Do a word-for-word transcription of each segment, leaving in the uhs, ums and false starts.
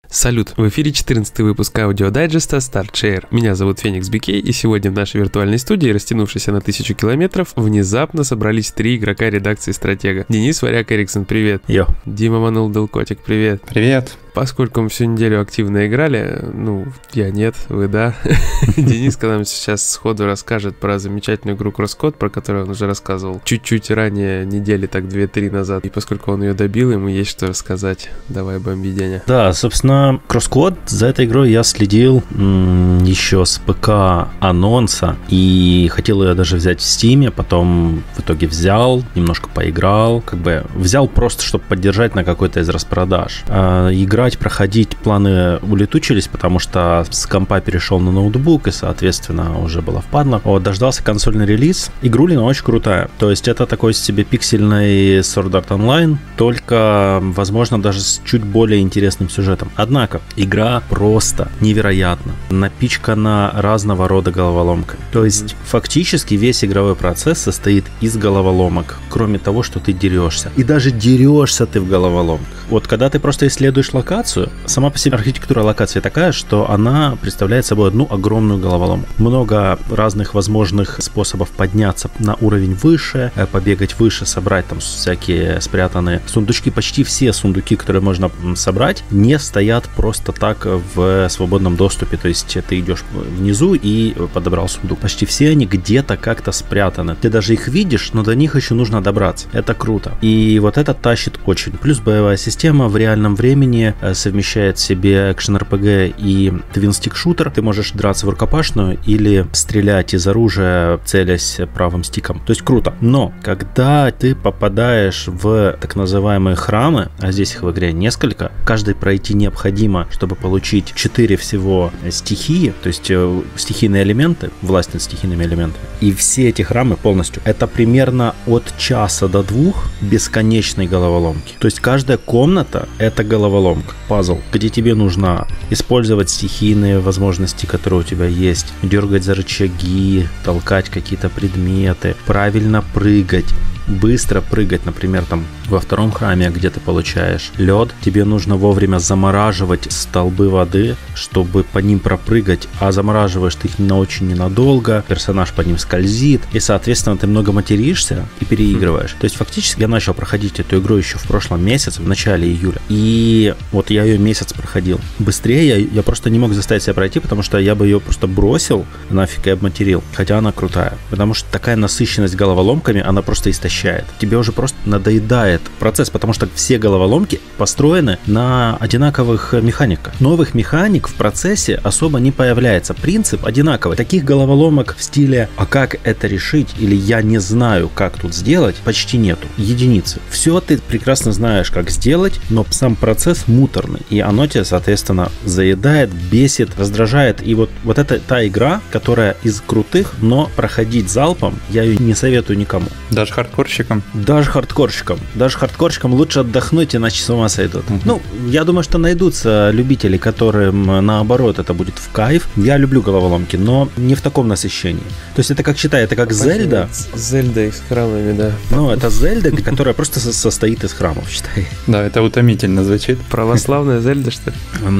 Салют! В эфире четырнадцатый выпуск аудиодайджеста StartShare. Меня зовут Феникс Бикей, и сегодня в нашей виртуальной студии, растянувшейся на тысячу километров, внезапно собрались три игрока редакции «Стратега». Денис Варяг Эриксон, привет. Йо. Дима Манул Делкотик, привет. Привет. Поскольку мы всю неделю активно играли, ну, я нет, вы да, Дениска нам сейчас сходу расскажет про замечательную игру CrossCode, про которую он уже рассказывал чуть-чуть ранее, недели так две-три назад. И поскольку он ее добил, ему есть что рассказать. Давай, бомби, Деня. Да, собственно, CrossCode, за этой игрой я следил м- еще с ПК анонса, и хотел ее даже взять в Стиме, потом в итоге взял, немножко поиграл, как бы взял просто, чтобы поддержать на какой-то из распродаж. А, игра проходить планы улетучились, потому что с компа перешел на ноутбук, и, соответственно, уже было впадло. Вот, дождался консольный релиз. Игрулина очень крутая. То есть это такой себе пиксельный Sword Art Online, только, возможно, даже с чуть более интересным сюжетом. Однако, игра просто невероятна. Напичкана разного рода головоломками. То есть, mm-hmm. фактически весь игровой процесс состоит из головоломок, кроме того, что ты дерешься. И даже дерешься ты в головоломках. Вот когда ты просто исследуешь локацию, сама по себе архитектура локации такая, что она представляет собой одну огромную головоломку. Много разных возможных способов подняться на уровень выше, побегать выше, собрать там всякие спрятанные сундучки. Почти все сундуки, которые можно собрать, не стоят просто так в свободном доступе. То есть ты идешь внизу и подобрал сундук. Почти все они где-то как-то спрятаны. Ты даже их видишь, но до них еще нужно добраться. Это круто. И вот это тащит очень. Плюс боевая система в реальном времени совмещает в себе экшен-эр пи джи и твин-стик-шутер. Ты можешь драться в рукопашную или стрелять из оружия, целясь правым стиком. То есть круто. Но когда ты попадаешь в так называемые храмы, а здесь их в игре несколько, каждый пройти необходимо, чтобы получить четыре всего стихии, то есть стихийные элементы, власть над стихийными элементами. И все эти храмы полностью, это примерно от часа до двух бесконечной головоломки. То есть каждая комната — это головоломка, пазл, где тебе нужно использовать стихийные возможности, которые у тебя есть, дергать за рычаги, толкать какие-то предметы, правильно прыгать, быстро прыгать, например, там во втором храме, где ты получаешь лед, тебе нужно вовремя замораживать столбы воды, чтобы по ним пропрыгать, а замораживаешь ты их на очень ненадолго, персонаж по ним скользит, и, соответственно, ты много материшься и переигрываешь. То есть, фактически, я начал проходить эту игру еще в прошлом месяце, в начале июля, и вот я ее месяц проходил. Быстрее я, я просто не мог заставить себя пройти, потому что я бы ее просто бросил нафиг и обматерил, хотя она крутая, потому что такая насыщенность головоломками, она просто истощает. Тебе уже просто надоедает процесс, потому что все головоломки построены на одинаковых механиках. Новых механик в процессе особо не появляется. Принцип одинаковый. Таких головоломок в стиле «а как это решить?» или «я не знаю, как тут сделать» почти нету. Единицы. Все ты прекрасно знаешь, как сделать, но сам процесс муторный. И оно тебя, соответственно, заедает, бесит, раздражает. И вот, вот это та игра, которая из крутых, но проходить залпом я ее не советую никому. Даже хардкорщикам? Даже хардкорщикам. Даже хардкорщикам лучше отдохнуть, иначе с ума сойдут. Uh-huh. Ну, я думаю, что найдутся любители, которым наоборот это будет в кайф. Я люблю головоломки, но не в таком насыщении. То есть это как считай, это как Зельда. Зельда с храмами, да. Ну, это Зельда, которая просто состоит из храмов, считай. Да, это утомительно звучит. Православная Зельда, что ли?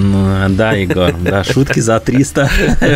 Да, Егор, да, шутки за триста.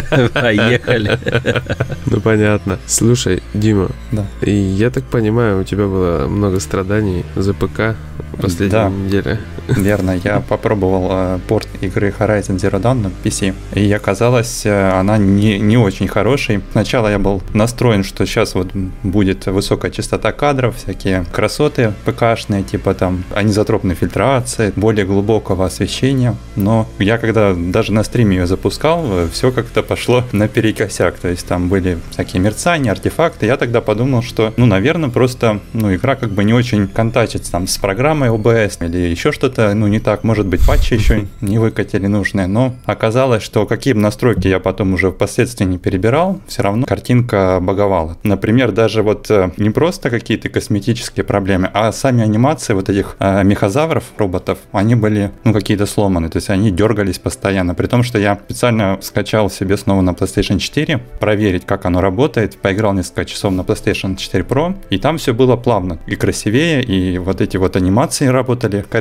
Поехали. Ну, понятно. Слушай, Дима, да. И я так понимаю, у тебя было много страданий за ПК в последней да, неделе. Верно, я попробовал э, порт игры Horizon Zero Dawn на пи си, и оказалось, э, она не, не очень хорошей. Сначала я был настроен, что сейчас вот будет высокая частота кадров, всякие красоты ПКшные, типа там анизотропной фильтрации, более глубокого освещения, но я когда даже на стриме ее запускал, все как-то пошло наперекосяк, то есть там были всякие мерцания, артефакты. Я тогда подумал, что, ну, наверное, просто, ну, игра как бы не очень контачит там с программой о бэ эс или еще что-то, ну, не так, может быть, патчи еще не выкатили нужные, но оказалось, что какие бы настройки я потом уже впоследствии не перебирал, все равно картинка баговала. Например, даже вот не просто какие-то косметические проблемы, а сами анимации вот этих э, мехозавров, роботов, они были, ну, какие-то сломаны, то есть они дергались постоянно, при том, что я специально скачал себе снова на PlayStation четыре, проверить, как оно работает, поиграл несколько часов на PlayStation четыре Pro, и там все было плавно и красивее, и вот эти вот анимации работали корректно.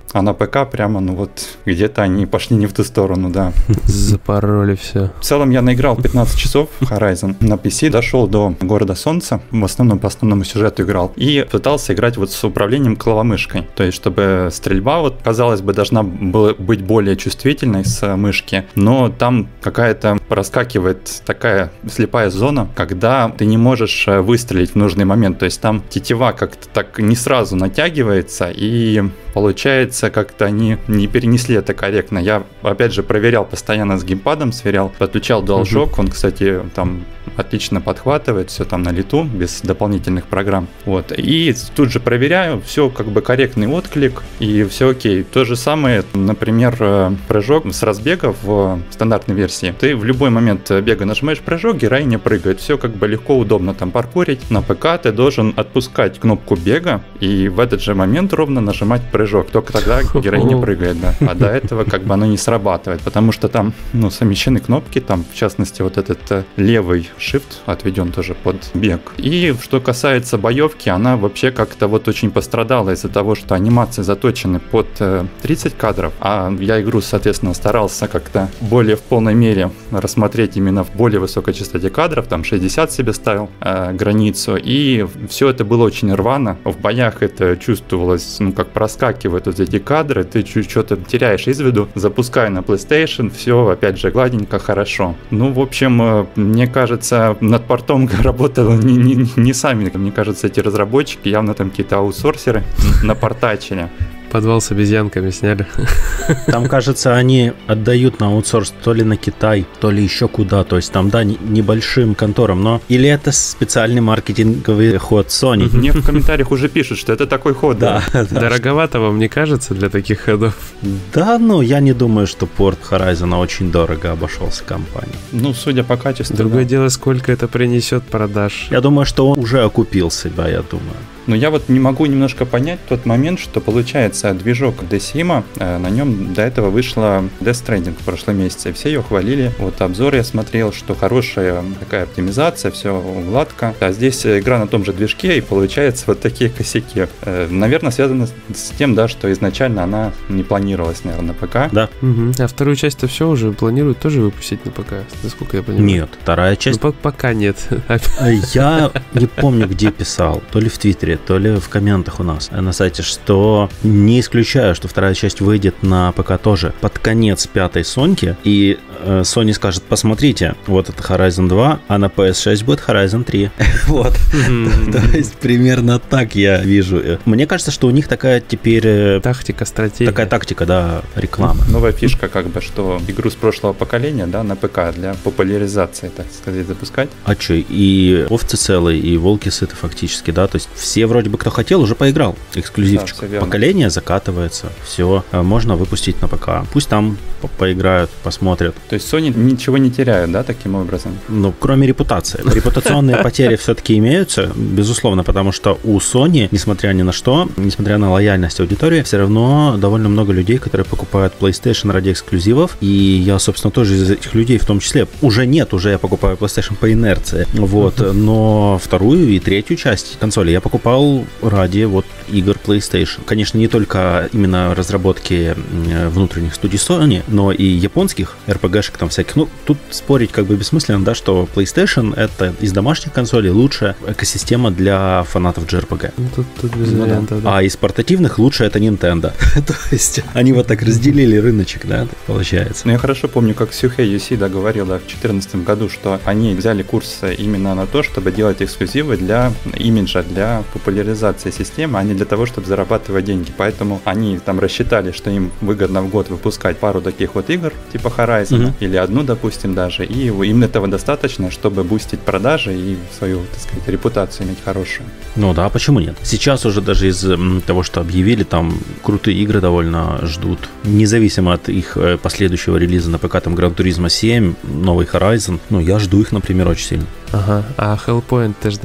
А на ПК прямо, ну вот, где-то они пошли не в ту сторону, да. Запороли все. В целом я наиграл пятнадцать часов Horizon на пи си, дошел до Города Солнца, в основном по основному сюжету играл, и пытался играть вот с управлением клавомышкой. То есть, чтобы стрельба, вот, казалось бы, должна была быть более чувствительной с мышки, но там какая-то проскакивает такая слепая зона, когда ты не можешь выстрелить в нужный момент. То есть там тетива как-то так не сразу натягивается, и получается, как-то они не перенесли это корректно. Я, опять же, проверял постоянно с геймпадом, сверял, подключал DualShock, uh-huh. он, кстати, там отлично подхватывает, все там на лету, без дополнительных программ. Вот. И тут же проверяю, все как бы корректный отклик, и все окей. То же самое, например, прыжок с разбега в стандартной версии. Ты в любой момент бега нажимаешь прыжок, герой не прыгает. Все как бы легко, удобно там паркурить. На ПК ты должен отпускать кнопку бега, и в этот же момент ровно нажимать прыжок. Только тогда герой не прыгает, да. А до этого как бы оно не срабатывает, потому что там, ну, совмещены кнопки, там, в частности, вот этот левый Shift отведен тоже под бег. И что касается боевки, она вообще как-то вот очень пострадала из-за того, что анимации заточены под тридцать кадров, а я игру, соответственно, старался как-то более в полной мере рассмотреть именно в более высокой частоте кадров, там шестьдесят себе ставил э, границу, и все это было очень рвано. В боях это чувствовалось, ну, как проскакивают вот эти кадры, ты чуть что-то теряешь из виду, запускай на PlayStation, все, опять же, гладенько, хорошо. Ну, в общем, мне кажется, над портом работало не, не, не сами, мне кажется, эти разработчики, явно там какие-то аутсорсеры напортачили. Подвал с обезьянками сняли. Там, кажется, они отдают на аутсорс то ли на Китай, то ли еще куда. То есть там, да, небольшим конторам, но... Или это специальный маркетинговый ход Sony? Мне в комментариях уже пишут, что это такой ход. Да. Дороговато вам не кажется для таких ходов? Да, ну, я не думаю, что порт Horizon очень дорого обошелся компании. Ну, судя по качеству, Другое дело, сколько это принесет продаж. Я думаю, что он уже окупил себя, я думаю. Но я вот не могу немножко понять тот момент, что получается движок Decima, на нем до этого вышла Death Stranding в прошлом месяце, все ее хвалили. Вот обзор я смотрел, что хорошая такая оптимизация, все гладко. А здесь игра на том же движке, и получается вот такие косяки. Наверное, связано с тем, да, что изначально она не планировалась, наверное, на ПК. Да. Угу. А вторую часть-то все уже планируют тоже выпустить на ПК, насколько я понимаю. Нет, вторая часть... Ну, пока нет. Я не помню, где писал, то ли в Твиттере, то ли в комментах у нас на сайте, что не исключаю, что вторая часть выйдет на ПК тоже под конец пятой Соньки, и э, Sony скажет, посмотрите, вот это Horizon два, а на пи эс шесть будет Horizon три. Вот. То есть примерно так я вижу. Мне кажется, что у них такая теперь... Тактика, стратегия. Такая тактика, да, реклама. Новая фишка, как бы, что игру с прошлого поколения, да, на ПК для популяризации, так сказать, запускать. А что, и овцы целые, и волки сыты фактически, да, то есть все вроде бы, кто хотел, уже поиграл. Эксклюзивчик. Да, поколение закатывается, все, можно выпустить на ПК. Пусть там по поиграют, посмотрят. То есть Sony ничего не теряют, да, таким образом? Ну, кроме репутации. Репутационные потери все-таки имеются, безусловно, потому что у Sony, несмотря ни на что, несмотря на лояльность аудитории, все равно довольно много людей, которые покупают PlayStation ради эксклюзивов, и я, собственно, тоже из этих людей в том числе. Уже нет, уже я покупаю PlayStation по инерции, вот, но вторую и третью часть консоли я покупал ради вот игр PlayStation. Конечно, не только именно разработки внутренних студий Sony, но и японских эр пи джи-шек там всяких. Ну, тут спорить как бы бессмысленно, да, что PlayStation — это из домашних консолей лучшая экосистема для фанатов джей ар пи джи. Ну, тут, тут без вариантов, да. А из портативных лучше это Nintendo. То есть они вот так разделили рыночек, да, так получается. Ну, я хорошо помню, как Сюхэй Йосида говорил, да, в две тысячи четырнадцатом году, что они взяли курс именно на то, чтобы делать эксклюзивы для имиджа, для популяризации системы, а не для того, чтобы зарабатывать деньги. Поэтому они там рассчитали, что им выгодно в год выпускать пару таких вот игр, типа Horizon, mm-hmm. или одну, допустим, даже, и им этого достаточно, чтобы бустить продажи и свою, так сказать, репутацию иметь хорошую. Ну да, почему нет? Сейчас уже даже из того, что объявили, там крутые игры довольно ждут. Независимо от их последующего релиза на ПК, там Gran Turismo семь, новый Horizon, ну я жду их, например, очень сильно. Ага, а Hellpoint ты ждал?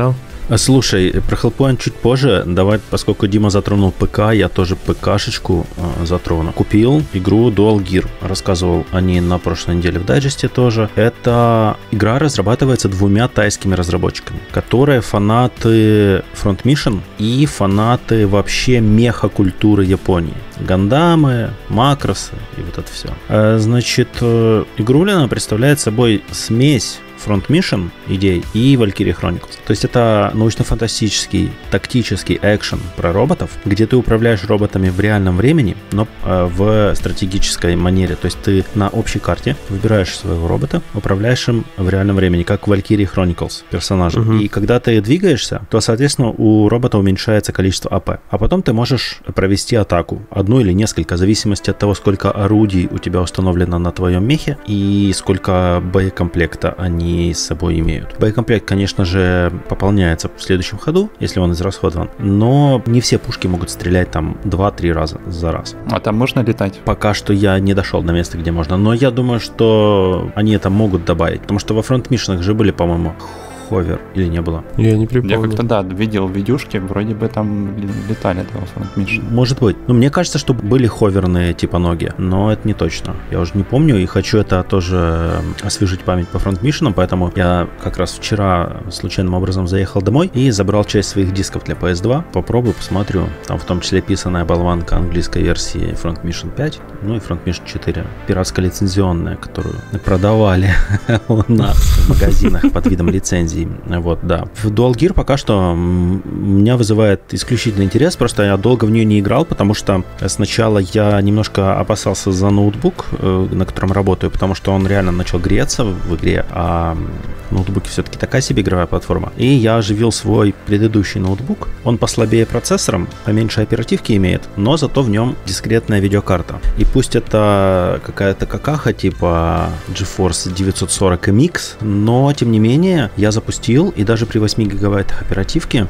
Слушай, про Hellpoint чуть позже. Давай, поскольку Дима затронул ПК, я тоже ПКшечку э, затрону. Купил игру Dual Gear. Рассказывал о ней на прошлой неделе в дайджесте тоже. Эта игра разрабатывается двумя тайскими разработчиками, которые фанаты Front Mission и фанаты вообще меха-культуры Японии. Гандамы, макросы и вот это все. Э, значит, э, игруля представляет собой смесь Front Mission идей и Valkyrie Chronicles. То есть это научно-фантастический, тактический экшен про роботов, где ты управляешь роботами в реальном времени, но э, в стратегической манере. То есть ты на общей карте выбираешь своего робота, управляешь им в реальном времени, как в Valkyrie Chronicles персонажа. Uh-huh. И когда ты двигаешься, то, соответственно, у робота уменьшается количество АП. А потом ты можешь провести атаку. Одну или несколько, в зависимости от того, сколько орудий у тебя установлено на твоем мехе и сколько боекомплекта они с собой имеют. Боекомплект, конечно же, пополняется в следующем ходу, если он израсходован, но не все пушки могут стрелять там два-три раза за раз. А там можно летать? Пока что я не дошел до места, где можно, но я думаю, что они это могут добавить, потому что во Front Mission'ах же были, по-моему, ховер, или не было? Я не припомню. Я как-то, да, видел видюшки, вроде бы там летали этого Front Mission. Может быть. Но мне кажется, что были ховерные типа ноги, но это не точно. Я уже не помню и хочу это тоже освежить память по Front Mission, поэтому я как раз вчера случайным образом заехал домой и забрал часть своих дисков для пи эс два. Попробую, посмотрю. Там в том числе писаная болванка английской версии Front Mission пять, ну и Front Mission четыре. Пиратско-лицензионная, которую продавали у нас в магазинах под видом лицензии. Вот, да. В Dual Gear пока что меня вызывает исключительный интерес, просто я долго в нее не играл, потому что сначала я немножко опасался за ноутбук, на котором работаю, потому что он реально начал греться в игре, а ноутбуки все-таки такая себе игровая платформа. И я оживил свой предыдущий ноутбук. Он послабее процессором, поменьше оперативки имеет, но зато в нем дискретная видеокарта. И пусть это какая-то какаха типа GeForce девятьсот сорок эм икс, но тем не менее я запустил и даже при восьми гигабайтах оперативки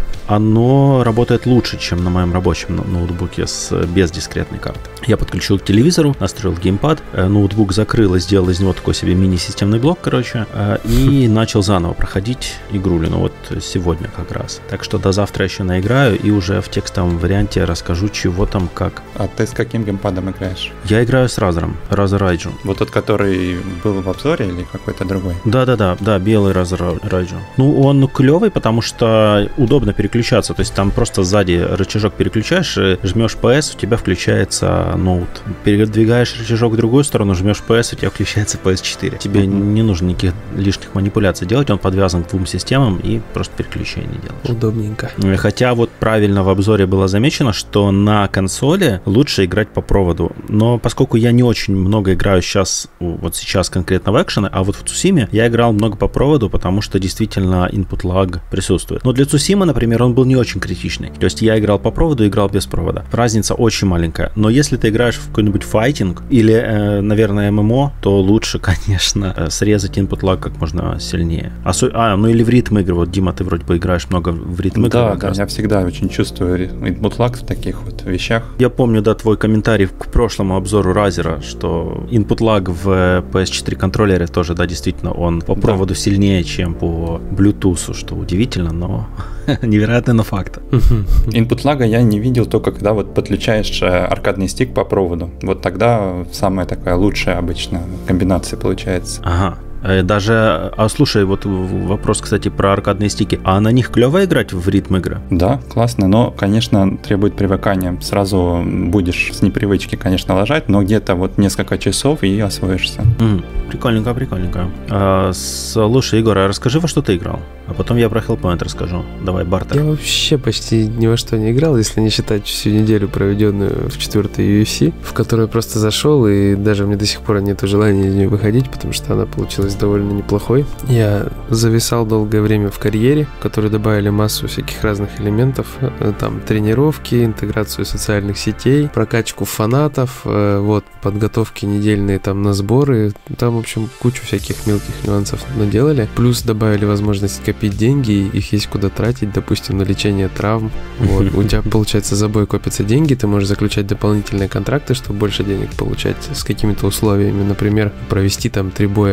оно работает лучше, чем на моем рабочем ноутбуке с, без дискретной карты. Я подключил к телевизору, настроил геймпад, ноутбук закрыл и сделал из него такой себе мини-системный блок, короче, и начал заново проходить игрулю, ну вот сегодня как раз. Так что до завтра еще наиграю и уже в текстовом варианте расскажу, чего там, как. А ты с каким геймпадом играешь? Я играю с Razer'ом, Razer Raiju. Вот тот, который был в обзоре или какой-то другой? Да-да-да, да, белый Razer Raiju. Ну, он клевый, потому что удобно переключаться. То есть там просто сзади рычажок переключаешь, жмешь пи эс, у тебя включается ноут. Передвигаешь рычажок в другую сторону, жмешь пи эс, у тебя включается пи эс четыре. Тебе mm-hmm. не нужно никаких лишних манипуляций делать, он подвязан к двум системам и просто переключение делаешь. Удобненько. Хотя вот правильно в обзоре было замечено, что на консоли лучше играть по проводу. Но поскольку я не очень много играю сейчас, вот сейчас конкретно в экшены, а вот в Цусиме я играл много по проводу, потому что действительно input lag присутствует. Но для Цусимы, например, он был не очень критичный. То есть я играл по проводу, играл без провода. Разница очень маленькая. Но если ты играешь в какой-нибудь файтинг или, э, наверное, эм эм о, то лучше, конечно, срезать input lag как можно сильнее. А, а ну или в ритм игры. Вот, Дима, ты вроде бы играешь много в ритм игры. Да, да, я всегда очень чувствую input lag в таких вот вещах. Я помню, да, твой комментарий к прошлому обзору Razer, что input lag в пи эс четыре контроллере тоже, да, действительно, он по проводу да. сильнее, чем по Bluetooth, что удивительно, но невероятно, но факт. Input lag я не видел только когда вот подключаешь аркадный стик по проводу. Вот тогда самая такая лучшая обычно комбинация получается. Ага. Даже, а слушай, вот вопрос, кстати, про аркадные стики. А на них клево играть в ритм игры? Да, классно, но, конечно, требует привыкания. Сразу будешь с непривычки, конечно, ложать, но где-то вот несколько часов и освоишься. Mm, прикольненько, прикольненько. А, слушай, Егор, а расскажи, во что ты играл? А потом я про Hellpoint расскажу. Давай, бартер. Я вообще почти ни во что не играл, если не считать всю неделю, проведенную в четвертой ю эф си, в которую просто зашел, и даже мне до сих пор нету желания из нее выходить, потому что она получилась довольно неплохой. Я зависал долгое время в карьере, в которой добавили массу всяких разных элементов. Там тренировки, интеграцию социальных сетей, прокачку фанатов, вот, подготовки недельные там на сборы. Там, в общем, кучу всяких мелких нюансов наделали. Плюс добавили возможность копить деньги, их есть куда тратить, допустим, на лечение травм. Вот. У тебя, получается, за бой копятся деньги, ты можешь заключать дополнительные контракты, чтобы больше денег получать с какими-то условиями. Например, провести там три боя подряд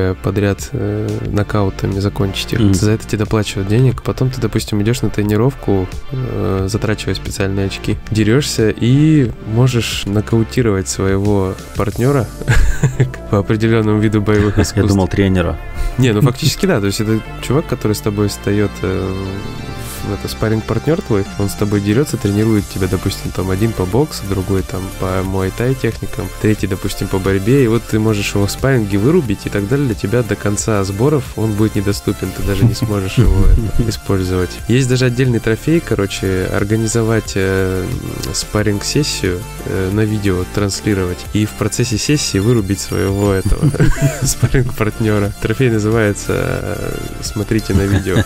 подряд э, нокаутами закончить их. Mm-hmm. За это тебе доплачивают денег. Потом ты, допустим, идешь на тренировку, э, затрачивая специальные очки, дерешься и можешь нокаутировать своего партнера по определенному виду боевых искусств. Я думал, тренера. Не, ну фактически да. То есть это чувак, который с тобой встает... Э, это спарринг-партнер твой, он с тобой дерется, тренирует тебя, допустим, там один по боксу, другой там по муай-тай техникам, третий, допустим, по борьбе, и вот ты можешь его в спарринге вырубить, и так далее. Для тебя до конца сборов он будет недоступен, ты даже не сможешь его использовать. Есть даже отдельный трофей, короче, организовать э, спарринг-сессию, э, на видео транслировать, и в процессе сессии вырубить своего этого спарринг-партнера. Трофей называется «Смотрите на видео».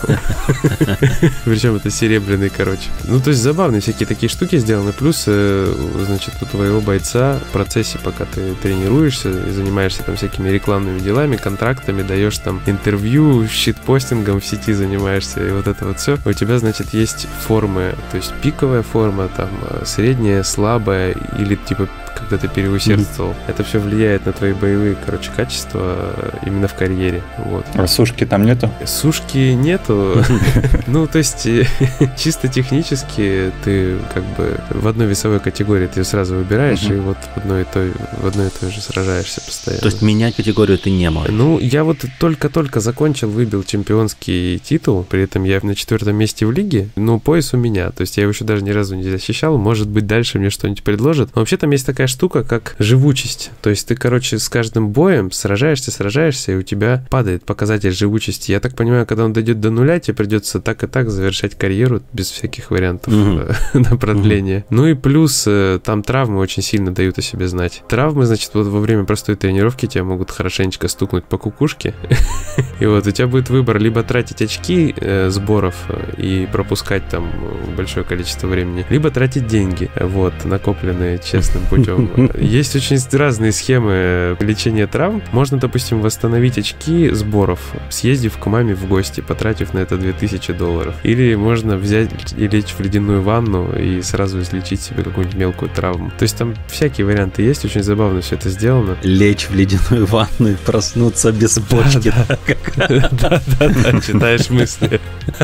Причем это серебряный, короче. Ну, то есть забавные всякие такие штуки сделаны. Плюс, э, значит, у твоего бойца в процессе, пока ты тренируешься и занимаешься там всякими рекламными делами, контрактами, даешь там интервью, щитпостингом в сети занимаешься, и вот это вот все. У тебя, значит, есть формы, то есть пиковая форма, там, средняя, слабая или типа когда ты переусердствовал. Mm-hmm. Это все влияет на твои боевые, короче, качества именно в карьере. Вот. А сушки там нету? Сушки нету. Ну, то есть, чисто технически ты как бы в одной весовой категории ты сразу выбираешь, и вот в одной и той, в одной и той же сражаешься постоянно. То есть менять категорию ты не можешь? Ну, я вот только-только закончил, выбил чемпионский титул, при этом я на четвертом месте в лиге, но пояс у меня, то есть я его еще даже ни разу не защищал, может быть, дальше мне что-нибудь предложат. Но вообще там есть такая штука, как живучесть. То есть ты, короче, с каждым боем сражаешься, сражаешься, и у тебя падает показатель живучести. Я так понимаю, когда он дойдет до нуля, тебе придется так и так завершать карьеру без всяких вариантов mm-hmm. на продление. Mm-hmm. Ну и плюс там травмы очень сильно дают о себе знать. Травмы, значит, вот во время простой тренировки тебя могут хорошенечко стукнуть по кукушке. И вот у тебя будет выбор либо тратить очки э, сборов и пропускать там большое количество времени, либо тратить деньги, вот, накопленные честным путем. Есть очень разные схемы лечения травм. Можно, допустим, восстановить очки сборов, съездив к маме в гости, потратив на это две тысячи долларов. Или можно взять и лечь в ледяную ванну и сразу излечить себе какую-нибудь мелкую травму. То есть там всякие варианты есть, очень забавно все это сделано. Лечь в ледяную ванну и проснуться без почки. Да-да-да, читаешь мысли.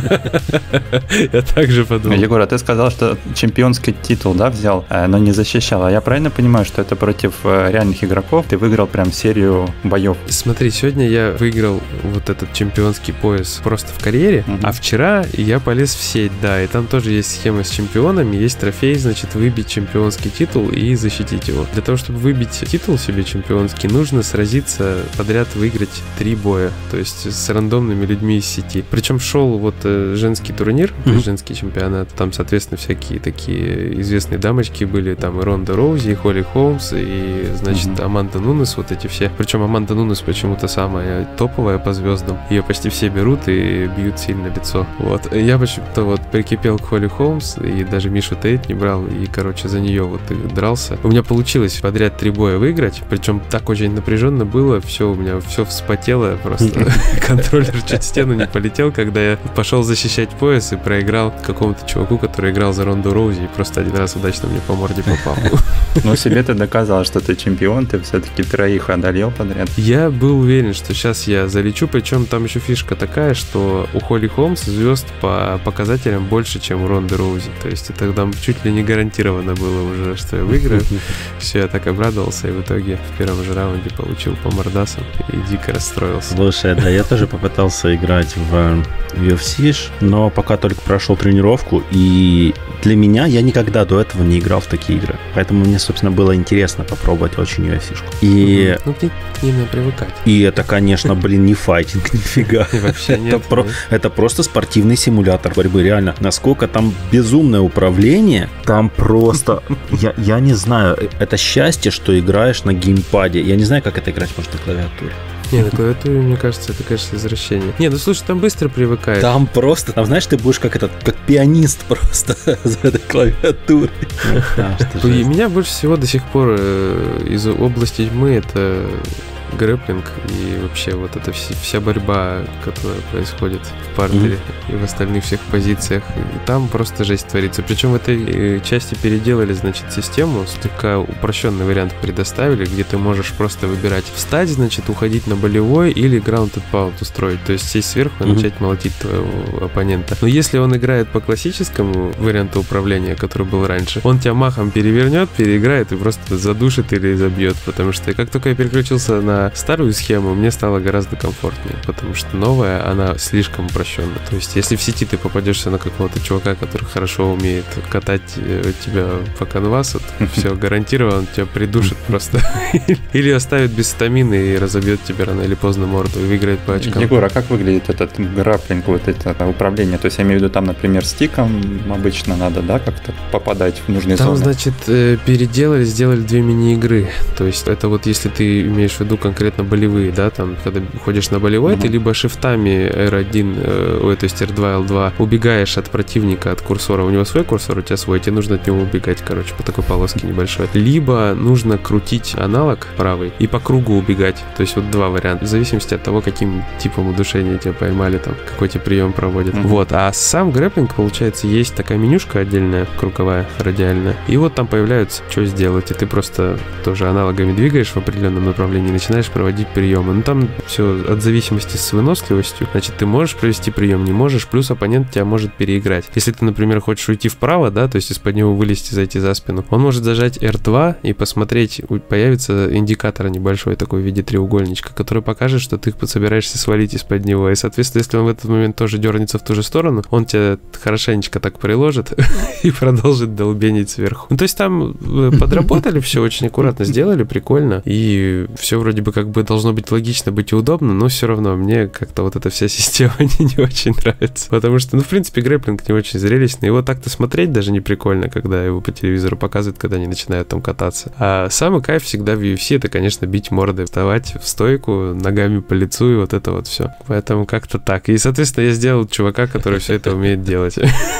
Я также подумал. Егор, а ты сказал, что чемпионский титул, да, взял, но не защищал. А я правильно понимаю, что это против реальных игроков? Ты выиграл прям серию боев? Смотри, сегодня я выиграл вот этот чемпионский пояс просто в карьере, uh-huh. а вчера я полез в сеть, да, и там тоже есть схема с чемпионами, есть трофей, значит, выбить чемпионский титул и защитить его. Для того, чтобы выбить титул себе чемпионский, нужно сразиться подряд, выиграть три боя, то есть с рандомными людьми из сети. Причем шел вот женский турнир, uh-huh. то есть женский чемпионат, там, соответственно, всякие такие известные дамочки были, там и Ронда Роузи, и Холли Холмс, и, значит, uh-huh. Аманда Нунес, вот эти все. Причем Аманда Нунес почему-то самая топовая по звездам. Ее почти все берут и бьют сильно лицо. Вот. Я почему-то вот прикипел к Холли Холмс, и даже Мишу Тейт не брал, и, короче, за нее вот дрался. У меня получилось подряд три боя выиграть, причем так очень напряженно было, все у меня все вспотело, просто контроллер чуть в стену не полетел, когда я пошел защищать пояс и проиграл какому-то чуваку, который играл за Ронду Роузи, и просто один раз удачно мне по морде попал. Ну, себе ты доказал, что ты чемпион, ты все-таки троих одолел подряд. Я был уверен, что сейчас я залечу, причем там еще фишка такая, что у Холли Холмс звезд по показателям больше, чем у Ронды Роузи. То есть это там чуть ли не гарантированно было уже, что я выиграю. Все, я так обрадовался, и в итоге в первом же раунде получил по мордасам и дико расстроился. Слушай, да, я тоже попытался играть в ю эф си, но пока только прошел тренировку, и для меня я никогда до этого не играл в такие игры. Поэтому мне, собственно, было интересно попробовать очень ю эф си-шку. И... Ну, ты к ним надо привыкать. И это, конечно, блин, не файтинг, нифига. И вообще нет. Это, про... это просто спортивный симулятор борьбы, реально. Насколько там безумное управление, там просто... я, я не знаю, это счастье, что играешь на геймпаде. Я не знаю, как это играть, может, на клавиатуре. Не, на клавиатуре, мне кажется, это, конечно, извращение. Не, ну слушай, там быстро привыкаешь. Там просто, там, знаешь, ты будешь как этот, как пианист просто за этой клавиатурой. И меня больше всего до сих пор из области тьмы это грэпплинг и вообще вот эта вся, вся борьба, которая происходит в партере mm-hmm. и в остальных всех позициях. И там просто жесть творится. Причем в этой части переделали, значит, систему, слегка упрощенный вариант предоставили, где ты можешь просто выбирать встать, значит, уходить на болевой или grounded pound устроить. То есть сесть сверху и mm-hmm. начать молотить твоего оппонента. Но если он играет по классическому варианту управления, который был раньше, он тебя махом перевернет, переиграет и просто задушит или забьет. Потому что как только я переключился на старую схему, мне стало гораздо комфортнее. Потому что новая, она слишком упрощенна. То есть если в сети ты попадешься на какого-то чувака, который хорошо умеет катать тебя по канвасу, то все, гарантированно он тебя придушит просто. Или оставит без стамины и разобьет тебе рано или поздно морду и выиграет по очкам. Егор, а как выглядит этот грапплинг, вот это управление? То есть я имею в виду, там, например, стиком обычно надо, да, как-то попадать в нужные там, зоны? Там, значит, переделали, сделали две мини-игры. То есть это вот если ты имеешь в виду конкретно болевые, да, там, когда ходишь на болевой, uh-huh. ты либо шифтами эр один, э, ой, то есть эр два, эл два, убегаешь от противника, от курсора, у него свой курсор, у тебя свой, тебе нужно от него убегать, короче, по такой полоске небольшой. Либо нужно крутить аналог правый и по кругу убегать. То есть вот два варианта, в зависимости от того, каким типом удушения тебя поймали, там, какой тебе прием проводят. Uh-huh. Вот, а сам грэпплинг, получается, есть такая менюшка отдельная, круговая, радиальная, и вот там появляются, что сделать, и ты просто тоже аналогами двигаешь в определенном направлении и начинаешь проводить приемы. Ну там все от зависимости с выносливостью, значит, ты можешь провести прием, не можешь, плюс оппонент тебя может переиграть. Если ты, например, хочешь уйти вправо, да, то есть из-под него вылезти, зайти за спину, он может зажать эр два и посмотреть, появится индикатор небольшой такой в виде треугольничка, который покажет, что ты собираешься свалить из-под него. И, соответственно, если он в этот момент тоже дернется в ту же сторону, он тебя хорошенечко так приложит и продолжит долбенить сверху. Ну, то есть там подработали все, очень аккуратно сделали, прикольно, и все вроде бы как бы должно быть логично, быть и удобно, но все равно мне как-то вот эта вся система не, не очень нравится. Потому что, ну, в принципе, грэпплинг не очень зрелищный. Его так-то смотреть даже не прикольно, когда его по телевизору показывают, когда они начинают там кататься. А самый кайф всегда в ю эф си — это, конечно, бить морды, вставать в стойку, ногами по лицу и вот это вот все. Поэтому как-то так. И, соответственно, я сделал чувака, который все это умеет делать.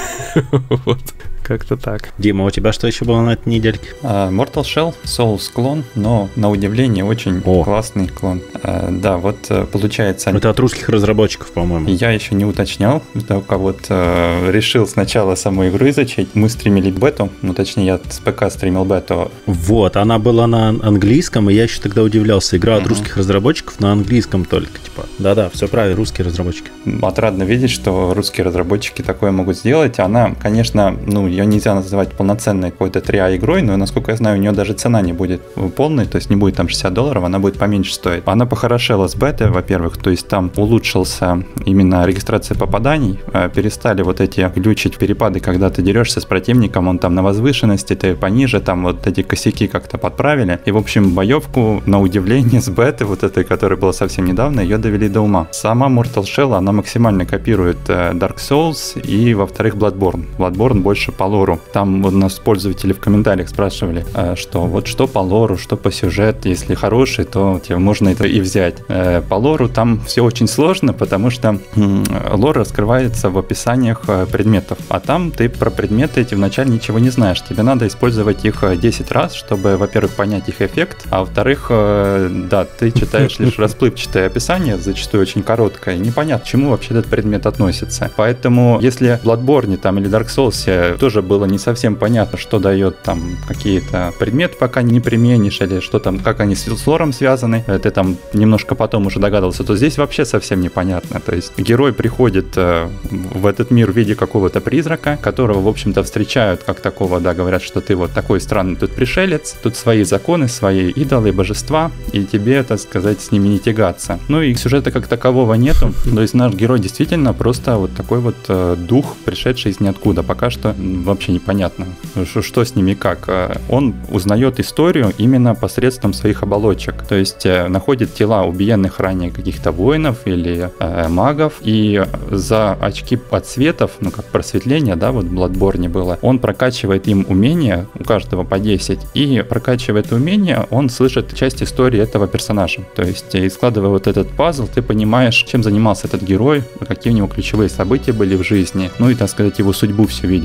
Вот. Как-то так. Дима, у тебя что еще было на этой недельке? Uh, Mortal Shell, Souls клон, но на удивление очень О. классный клон. Uh, да, вот uh, получается... Это от русских разработчиков, по-моему. Я еще не уточнял, только вот uh, решил сначала саму игру изучить. Мы стримили бету, ну точнее я с ПК стримил бету. Вот, она была на английском, и я еще тогда удивлялся. Игра uh-huh. от русских разработчиков на английском только, типа. Да-да, все правильно, русские разработчики. Отрадно видеть, что русские разработчики такое могут сделать. Она, конечно, ну, ее нельзя называть полноценной какой-то три А игрой, но, насколько я знаю, у нее даже цена не будет полной, то есть не будет там шестьдесят долларов, она будет поменьше стоить. Она похорошела с беты, во-первых, то есть там улучшился именно регистрация попаданий, перестали вот эти глючить перепады, когда ты дерешься с противником, он там на возвышенности, ты пониже, там вот эти косяки как-то подправили. И, в общем, боевку, на удивление, с беты, вот этой, которая была совсем недавно, ее довели до ума. Сама Mortal Shell, она максимально копирует Dark Souls и, во-вторых, Bloodborne. Bloodborne больше по лору. Там вот нас пользователи в комментариях спрашивали, что вот что по лору, что по сюжету. Если хороший, то тебе можно это и взять. По лору там все очень сложно, потому что лор раскрывается в описаниях предметов. А там ты про предметы эти вначале ничего не знаешь. Тебе надо использовать их десять раз, чтобы, во-первых, понять их эффект, а во-вторых, да, ты читаешь лишь расплывчатое описание, зачастую очень короткое, и непонятно, к чему вообще этот предмет относится. Поэтому, если в Bloodborne там или Dark Souls тоже было не совсем понятно, что дает там какие-то предметы, пока не применишь, или что там, как они с лором связаны, ты там немножко потом уже догадался, то здесь вообще совсем непонятно. То есть герой приходит э, в этот мир в виде какого-то призрака, которого, в общем-то, встречают как такого, да, говорят, что ты вот такой странный тут пришелец, тут свои законы, свои идолы, божества, и тебе, так сказать, с ними не тягаться. Ну и сюжета как такового нету, то есть наш герой действительно просто вот такой вот э, дух, пришедший из ниоткуда. Пока что вообще непонятно, что, что с ними как. Он узнает историю именно посредством своих оболочек, то есть э, находит тела убиенных ранее каких-то воинов или э, магов, и за очки отсветов, ну как просветление, да, вот в Bloodborne было, он прокачивает им умения, у каждого по десять, и прокачивая это умение, он слышит часть истории этого персонажа. То есть, и складывая вот этот пазл, ты понимаешь, чем занимался этот герой, какие у него ключевые события были в жизни, ну и, так сказать, его судьбу все видишь более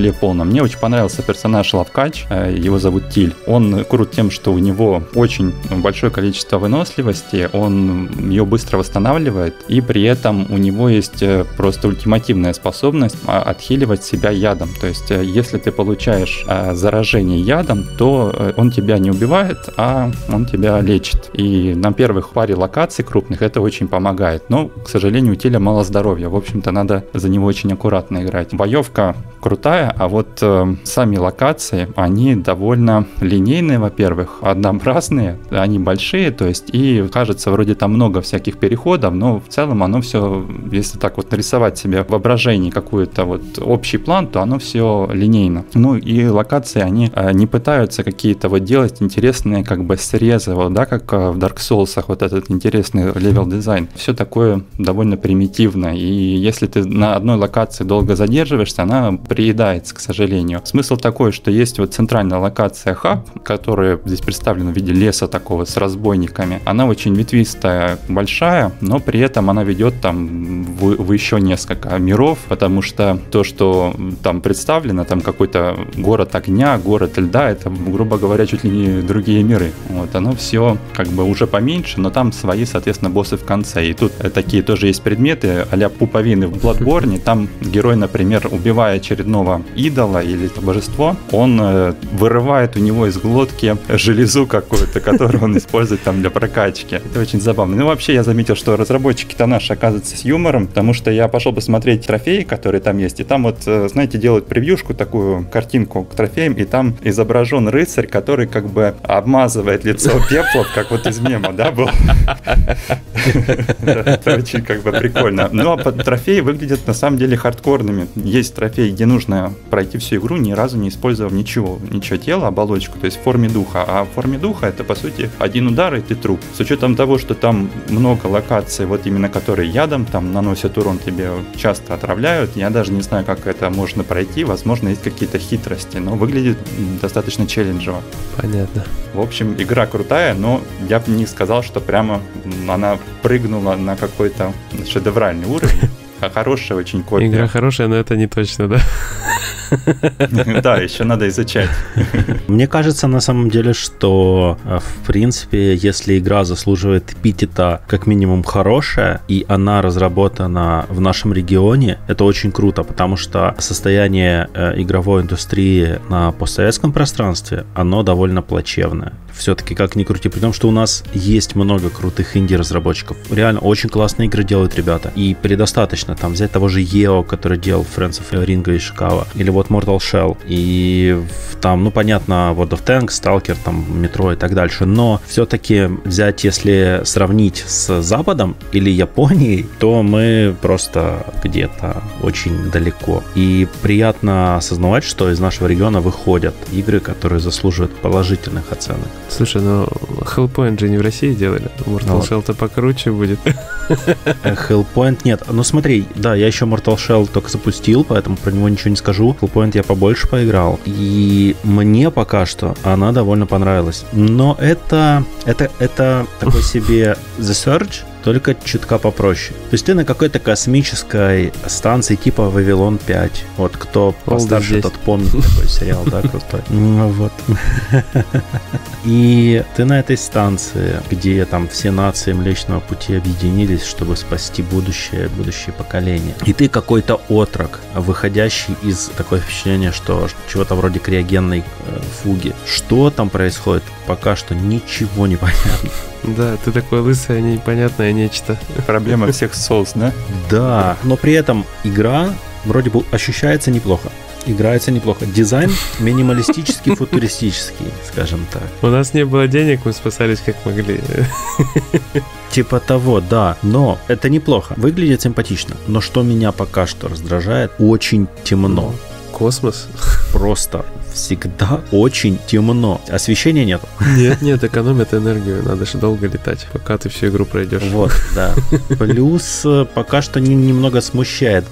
более полно. Мне очень понравился персонаж Лавкач, его зовут Тиль. Он крут тем, что у него очень большое количество выносливости, он ее быстро восстанавливает, и при этом у него есть просто ультимативная способность отхиливать себя ядом. То есть, если ты получаешь заражение ядом, то он тебя не убивает, а он тебя лечит. И на первых паре локаций крупных это очень помогает. Но, к сожалению, у Тиля мало здоровья. В общем-то, надо за него очень аккуратно играть. Боевка крутая, а вот э, сами локации, они довольно линейные, во-первых, однообразные, они большие, то есть, и кажется, вроде там много всяких переходов, но в целом оно все, если так вот нарисовать себе в воображении какой-то вот общий план, то оно все линейно. Ну и локации, они э, не пытаются какие-то вот делать интересные как бы срезы, вот, да, как в Dark Souls, вот этот интересный левел-дизайн. Все такое довольно примитивно, и если ты на одной локации долго задерживаешься, она приедается, к сожалению. Смысл такой, что есть вот центральная локация хаб, которая здесь представлена в виде леса такого с разбойниками. Она очень ветвистая, большая, но при этом она ведет там в, в еще несколько миров, потому что то, что там представлено, там какой-то город огня, город льда, это, грубо говоря, чуть ли не другие миры. Вот, оно все как бы уже поменьше, но там свои, соответственно, боссы в конце. И тут такие тоже есть предметы а-ля пуповины в Bloodborne. Там герой, например, убивая очередного идола или божество, он э, вырывает у него из глотки железу какую-то, которую он использует там для прокачки. Это очень забавно. Ну, вообще, я заметил, что разработчики-то наши оказываются с юмором, потому что я пошел посмотреть трофеи, которые там есть, и там вот, знаете, делают превьюшку, такую картинку к трофеям, и там изображен рыцарь, который как бы обмазывает лицо пеплом, как вот из мема, да, был? Это очень как бы прикольно. Ну, а трофеи выглядят на самом деле хардкорными. Есть трофеи, где нужно пройти всю игру, ни разу не использовав ничего, ничего тела, оболочку, то есть в форме духа. А в форме духа это, по сути, один удар, и ты труп. С учетом того, что там много локаций, вот именно которые ядом там наносят урон, тебе часто отравляют, я даже не знаю, как это можно пройти. Возможно, есть какие-то хитрости, но выглядит достаточно челленджево. Понятно. В общем, игра крутая, но я бы не сказал, что прямо она прыгнула на какой-то шедевральный уровень. А хорошая очень копия. Игра хорошая, но это не точно, да? Да, еще надо изучать. Мне кажется, на самом деле, что, в принципе, если игра заслуживает эпитета как минимум хорошая, и она разработана в нашем регионе, это очень круто, потому что состояние игровой индустрии на постсоветском пространстве, оно довольно плачевное. Все-таки, как ни крути, при том, что у нас есть много крутых инди-разработчиков. Реально, очень классные игры делают ребята. И предостаточно там взять того же Ео, который делал Friends of Ringo и Шикава, или вот Mortal Shell, и там, ну, понятно, World of Tanks, Stalker, там, Metro и так дальше, но все-таки взять, если сравнить с Западом или Японией, то мы просто где-то очень далеко. И приятно осознавать, что из нашего региона выходят игры, которые заслуживают положительных оценок. Слушай, ну Hellpoint же не в России делали. Mortal вот. Shell-то покруче будет. Hellpoint нет. Ну смотри, да, я еще Mortal Shell только запустил, поэтому про него ничего не скажу. Hellpoint я побольше поиграл. И мне пока что она довольно понравилась. Но это, это, это такой себе The Surge, только чутка попроще. То есть ты на какой-то космической станции типа Вавилон пять. Вот кто постарше, тот помнит такой сериал, да, крутой. Ну вот. И ты на этой станции, где там все нации Млечного Пути объединились, чтобы спасти будущее, будущее поколение. И ты какой-то отрок, выходящий из такое впечатление, что чего-то вроде криогенной э, фуги. Что там происходит, пока что ничего не понятно. Да, ты такой лысый, непонятное нечто. Проблема всех Souls, да? Да, но при этом игра вроде бы ощущается неплохо. Играется неплохо. Дизайн минималистический, футуристический, скажем так. У нас не было денег, мы спасались как могли. Типа того, да. Но это неплохо. Выглядит симпатично. Но что меня пока что раздражает, очень темно. Космос? Просто всегда очень темно. Освещения нет. Нет, нет, экономят энергию, надо же долго летать, пока ты всю игру пройдешь. Вот, да. Плюс пока что немного смущает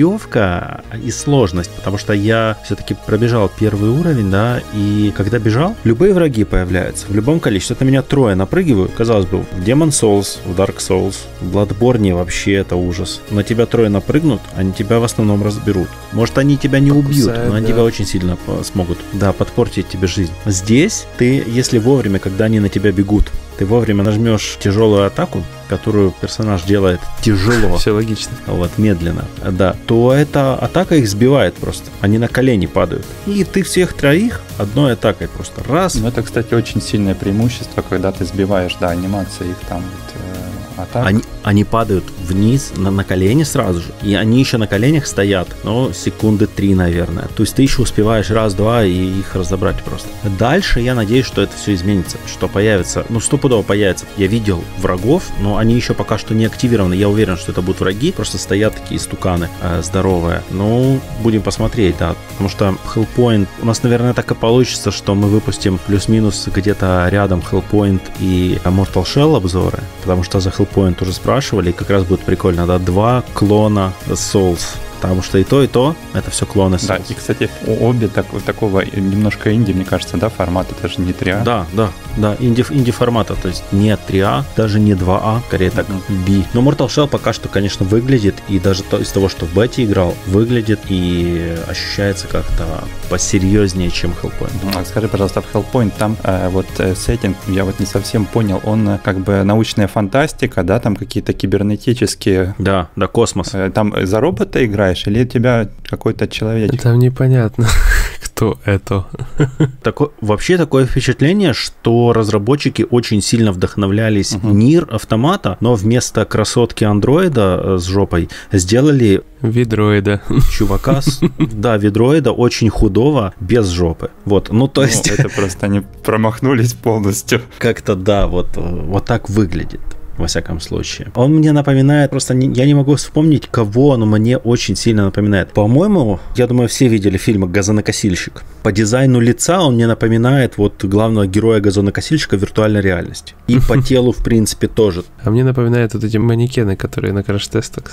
боевка и сложность, потому что я все-таки пробежал первый уровень, да, и когда бежал, любые враги появляются в любом количестве. Это меня трое напрыгивают, казалось бы, в Demon Souls, в Dark Souls, в Bloodborne вообще это ужас. На тебя трое напрыгнут, они тебя в основном разберут. Может, они тебя не Покусают, убьют, но они да. тебя очень сильно смогут, да, подпортить тебе жизнь. Здесь ты, если вовремя, когда они на тебя бегут, ты вовремя нажмешь тяжелую атаку, которую персонаж делает тяжело. Все логично. Вот, медленно, да, то эта атака их сбивает просто. Они на колени падают. И ты всех троих одной атакой просто раз. Ну, это, кстати, очень сильное преимущество, когда ты сбиваешь, да, анимации их там вот, э, атак. Они, они падают вниз на, на колени сразу же. И они еще на коленях стоят, ну, секунды три, наверное. То есть ты еще успеваешь раз-два и их разобрать просто. Дальше я надеюсь, что это все изменится, что появится, ну, стопудово появится. Я видел врагов, но они еще пока что не активированы. Я уверен, что это будут враги, просто стоят такие стуканы э, здоровые. Ну, будем посмотреть, да, потому что Hellpoint, у нас, наверное, так и получится, что мы выпустим плюс-минус где-то рядом Hellpoint и Mortal Shell обзоры, потому что за Hellpoint уже спрашивали, и как раз будет прикольно, да, два клона Souls. Потому что и то, и то, это все клоны Souls. Да, и, кстати, обе так, такого немножко инди, мне кажется, да, формата, это же не три А. Да, да, да, инди, инди формата, то есть не три А, даже не два А, скорее так, B. Но Mortal Shell пока что, конечно, выглядит, и даже то, из того, что в бете играл, выглядит и ощущается как-то посерьезнее, чем Hellpoint. А скажи, пожалуйста, в Hellpoint там э, вот э, сеттинг, я вот не совсем понял, он э, как бы научная фантастика, да, там какие-то кибернетические... Да, да, космос. Э, там за робота играешь, или тебя какой-то человечек? Там непонятно, кто это. Такое, вообще такое впечатление, что разработчики очень сильно вдохновлялись Uh-huh. Нир Автомата, но вместо красотки андроида с жопой сделали Видроида. чувака, с, да, видроида очень худого, без жопы. Вот, ну то есть... Ну, это просто они промахнулись полностью. Как-то, да, вот, вот так выглядит. Во всяком случае. Он мне напоминает, просто не, я не могу вспомнить, кого, но мне очень сильно напоминает. По-моему, я думаю, все видели фильм «Газонокосильщик». По дизайну лица он мне напоминает вот главного героя газонокосильщика в виртуальной реальности. И по телу, в принципе, тоже. А мне напоминают вот эти манекены, которые на краш-тестах.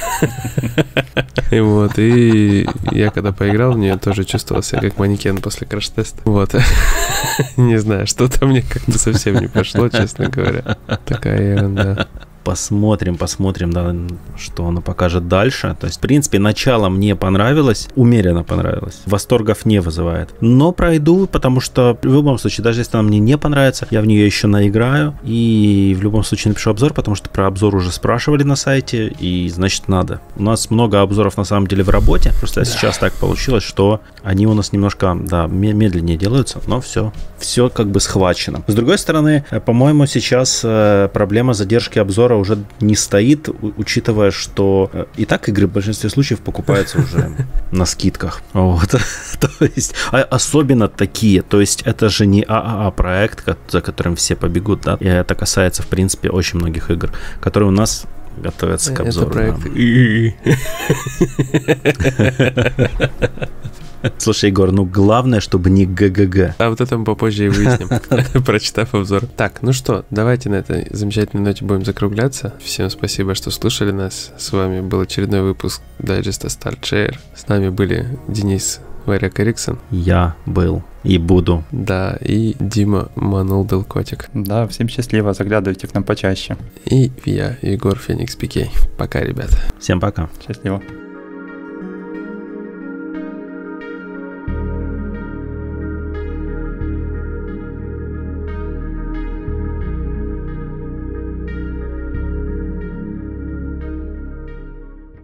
И вот, и я когда поиграл в нее, тоже чувствовал себя как манекен после краш-теста. Вот. Не знаю, что-то мне как-то совсем не пошло, честно говоря. Такая ерунда. Да. Посмотрим, посмотрим, да, что оно покажет дальше. То есть, в принципе, начало мне понравилось, умеренно понравилось. Восторгов не вызывает. Но пройду, потому что в любом случае, даже если она мне не понравится, я в нее еще наиграю. И в любом случае напишу обзор, потому что про обзор уже спрашивали на сайте, и значит надо. У нас много обзоров на самом деле в работе. Просто да. Сейчас так получилось, что они у нас немножко, да, медленнее делаются, но все, все как бы схвачено. С другой стороны, по-моему, сейчас проблема задержки обзора уже не стоит, учитывая, что и так игры в большинстве случаев покупаются уже на скидках. Вот. То есть, особенно такие. То есть, это же не ААА проект, за которым все побегут, да. И это касается, в принципе, очень многих игр, которые у нас готовятся к обзору. Это проект. Слушай, Егор, ну главное, чтобы не ГГГ. А вот это мы попозже и выясним, прочитав обзор. Так, ну что, давайте на этой замечательной ноте будем закругляться. Всем спасибо, что слушали нас. С вами был очередной выпуск дайджеста StartShare. С нами были Денис Варяк Эриксон. Я был и буду. Да, и Дима Манул Делкотик. Да, всем счастливо, заглядывайте к нам почаще. И я, Егор Феникс Пикей. Пока, ребята. Всем пока. Счастливо.